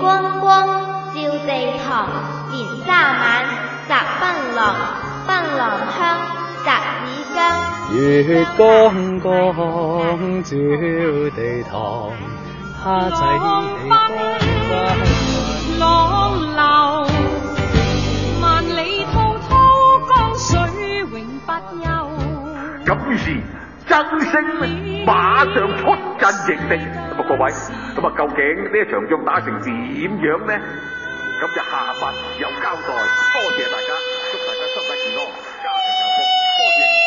光光，照地堂，燃沙晚，摘檳榔，檳榔香，摘耳姜。 月光光，照地堂，蝦仔你光浪流，萬里滔滔江水永不休。 咁於是曾星馬上出陣迎敵。咁啊各位，咁啊究竟呢一場仗打成點樣呢？咁就下集有交代。多謝大家，祝大家身體健康，家庭幸福。多謝。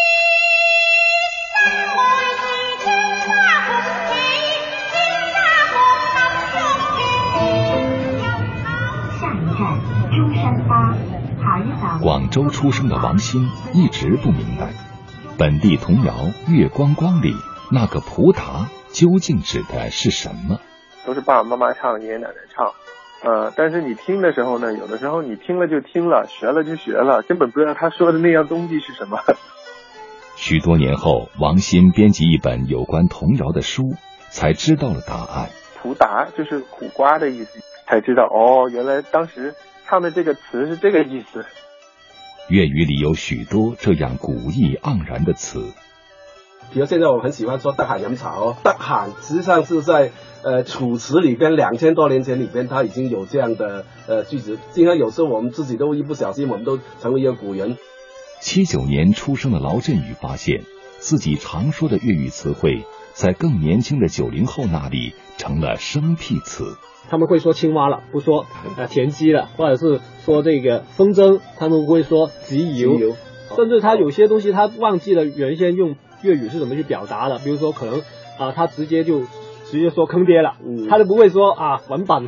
广州出生的王鑫一直不明白，本地童谣《月光光》里那个葡萄究竟指的是什么？ 都是爸爸妈妈唱，爷爷奶奶唱。但是你听的时候呢，有的时候你听了就听了，学了就学了，根本不知道他说的那样东西是什么。 许多年后，王鑫编辑一本有关童谣的书，才知道了答案。 葡萄就是苦瓜的意思，才知道哦，原来当时唱的这个词是这个意思。 粤语里有许多这样古意盎然的词。 比如现在我们很喜欢说得閒飲茶哦，得閒實際上是在楚辭里边2000多年前里边，它已经有这样的句子。经常有时候我们自己都一不小心，我们都成为一个古人。 79年出生的劳振宇发现，自己常说的粤语词汇，在更年轻的90后那里成了生僻词。 他们会说青蛙了，不说田鸡了，或者是说这个风筝，他们会说集邮，甚至他有些东西他忘记了原先用粤语是怎么去表达的，比如说可能他直接说坑爹了，他都不会说文本。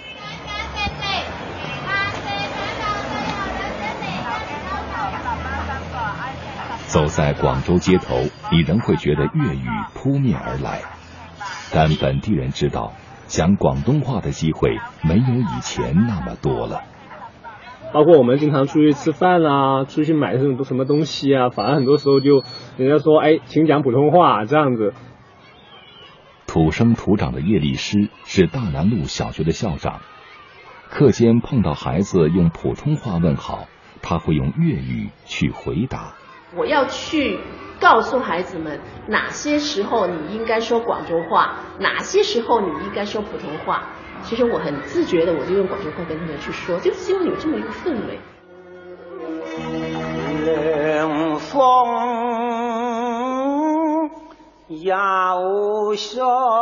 走在广州街头，你仍会觉得粤语扑面而来，但本地人知道，讲广东话的机会没有以前那么多了。 包括我们经常出去吃饭啊，出去买什么东西啊，反而很多时候就人家说请讲普通话这样子。 土生土长的叶律师是大南路小学的校长，课间碰到孩子用普通话问好，他会用粤语去回答。 我要去告诉孩子们哪些时候你应该说广州话，哪些时候你应该说普通话。其实我很自觉的，我就用广州话跟他们去说，就是因为有这么一个氛围。 凉风有雪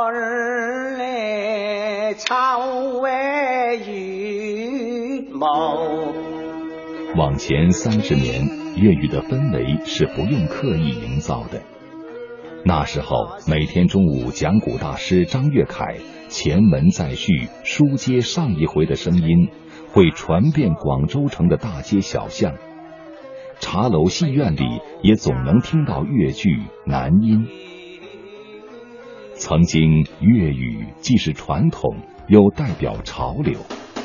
来，草为羽毛。 往前30年，粤语的氛围是不用刻意营造的。那时候每天中午，讲古大师张岳凯前文再续书接上一回的声音会传遍广州城的大街小巷，茶楼戏院里也总能听到粤剧南音。曾经粤语既是传统，又代表潮流。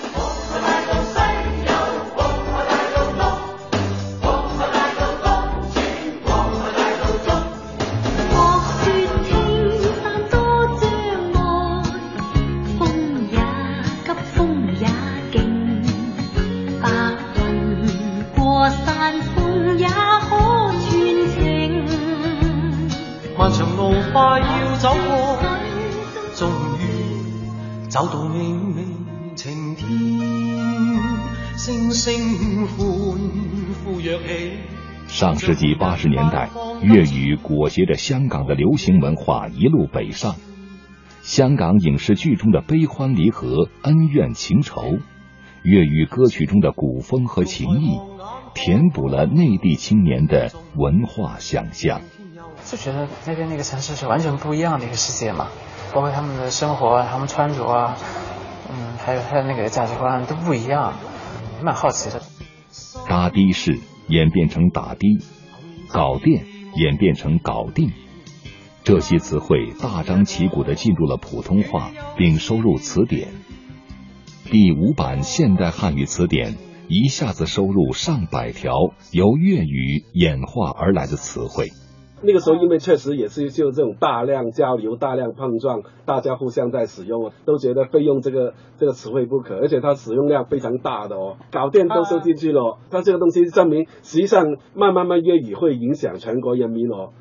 漫長路快要走過，終於找到美美晴天，星星歡呼躍起。 上世紀80年代，粵語裹挾着香港的流行文化一路北上，香港影視劇中的悲歡離合、恩怨情仇，粵語歌曲中的古風和情意，填補了內地青年的文化想象。 就觉得那边那个城市是完全不一样的一个世界嘛，包括他们的生活啊，他们穿着啊，还有他的那个价值观都不一样，蛮好奇的。 打的士演变成打的，搞店演变成搞定，这些词汇大张旗鼓地进入了普通话，并收入词典。第5版现代汉语词典一下子收入上百条由粤语演化而来的词汇。 那个时候因为确实也是就这种大量交流、大量碰撞，大家互相在使用，都觉得非用这个词汇不可，而且它使用量非常大的哦，搞店都收进去了。它这个东西证明，实际上慢粤语会影响全国人民哦。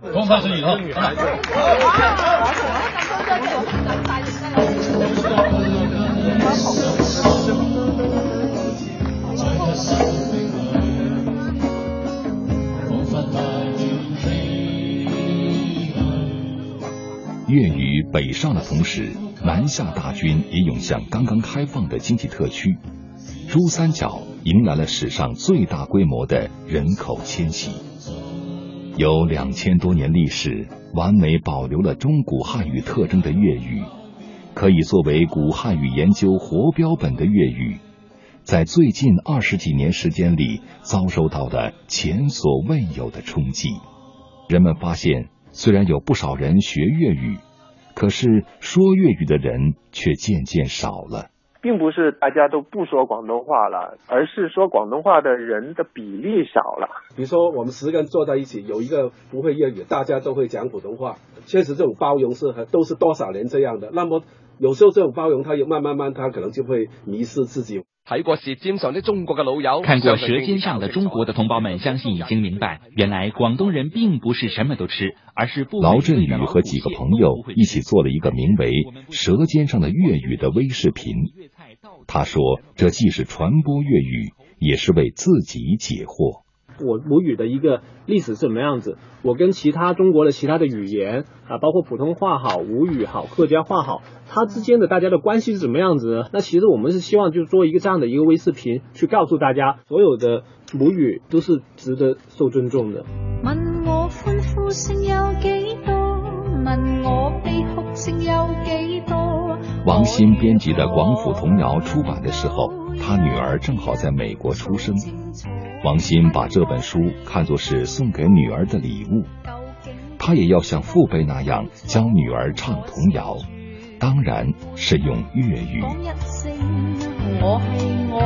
粤语北上的同时，南下大军也涌向刚刚开放的经济特区，珠三角迎来了史上最大规模的人口迁徙。有2000多年历史，完美保留了中古汉语特征的粤语，可以作为古汉语研究活标本的粤语，在最近20几年时间里遭受到了前所未有的冲击。人们发现，虽然有不少人学粤语，可是说粤语的人却渐渐少了。 并不是大家都不说广东话了，而是说广东话的人的比例少了。 比如说我们10个人坐在一起，有一个不会粤语，大家都会讲普通话，确实这种包容都是多少年这样的。那么有时候这种包容，他也慢慢他可能就会迷失自己。 睇过舌尖上的中国嘅老友， 看过舌尖上的中国的同胞们，相信已经明白，原来广东人并不是什么都吃，而是不。 劳振宇和几个朋友一起做了一个名为《舌尖上的粤语》的微视频。他说，这既是传播粤语，也是为自己解惑。 我母语的一个历史是什么样子，我跟中国的其他的语言啊，包括普通话好、吴语好、客家话好，它之间的大家的关系是怎么样子呢？那其实我们是希望就是做一个这样的一个微视频，去告诉大家，所有的母语都是值得受尊重的。 问我歡呼聲有幾多？問我悲哭聲有幾多？ 王鑫编辑的廣府童謠出版的時候，他女兒正好在美國出生。王鑫把這本書看作是送給女兒的禮物，他也要像父輩那樣教女兒唱童謠，當然是用粵語。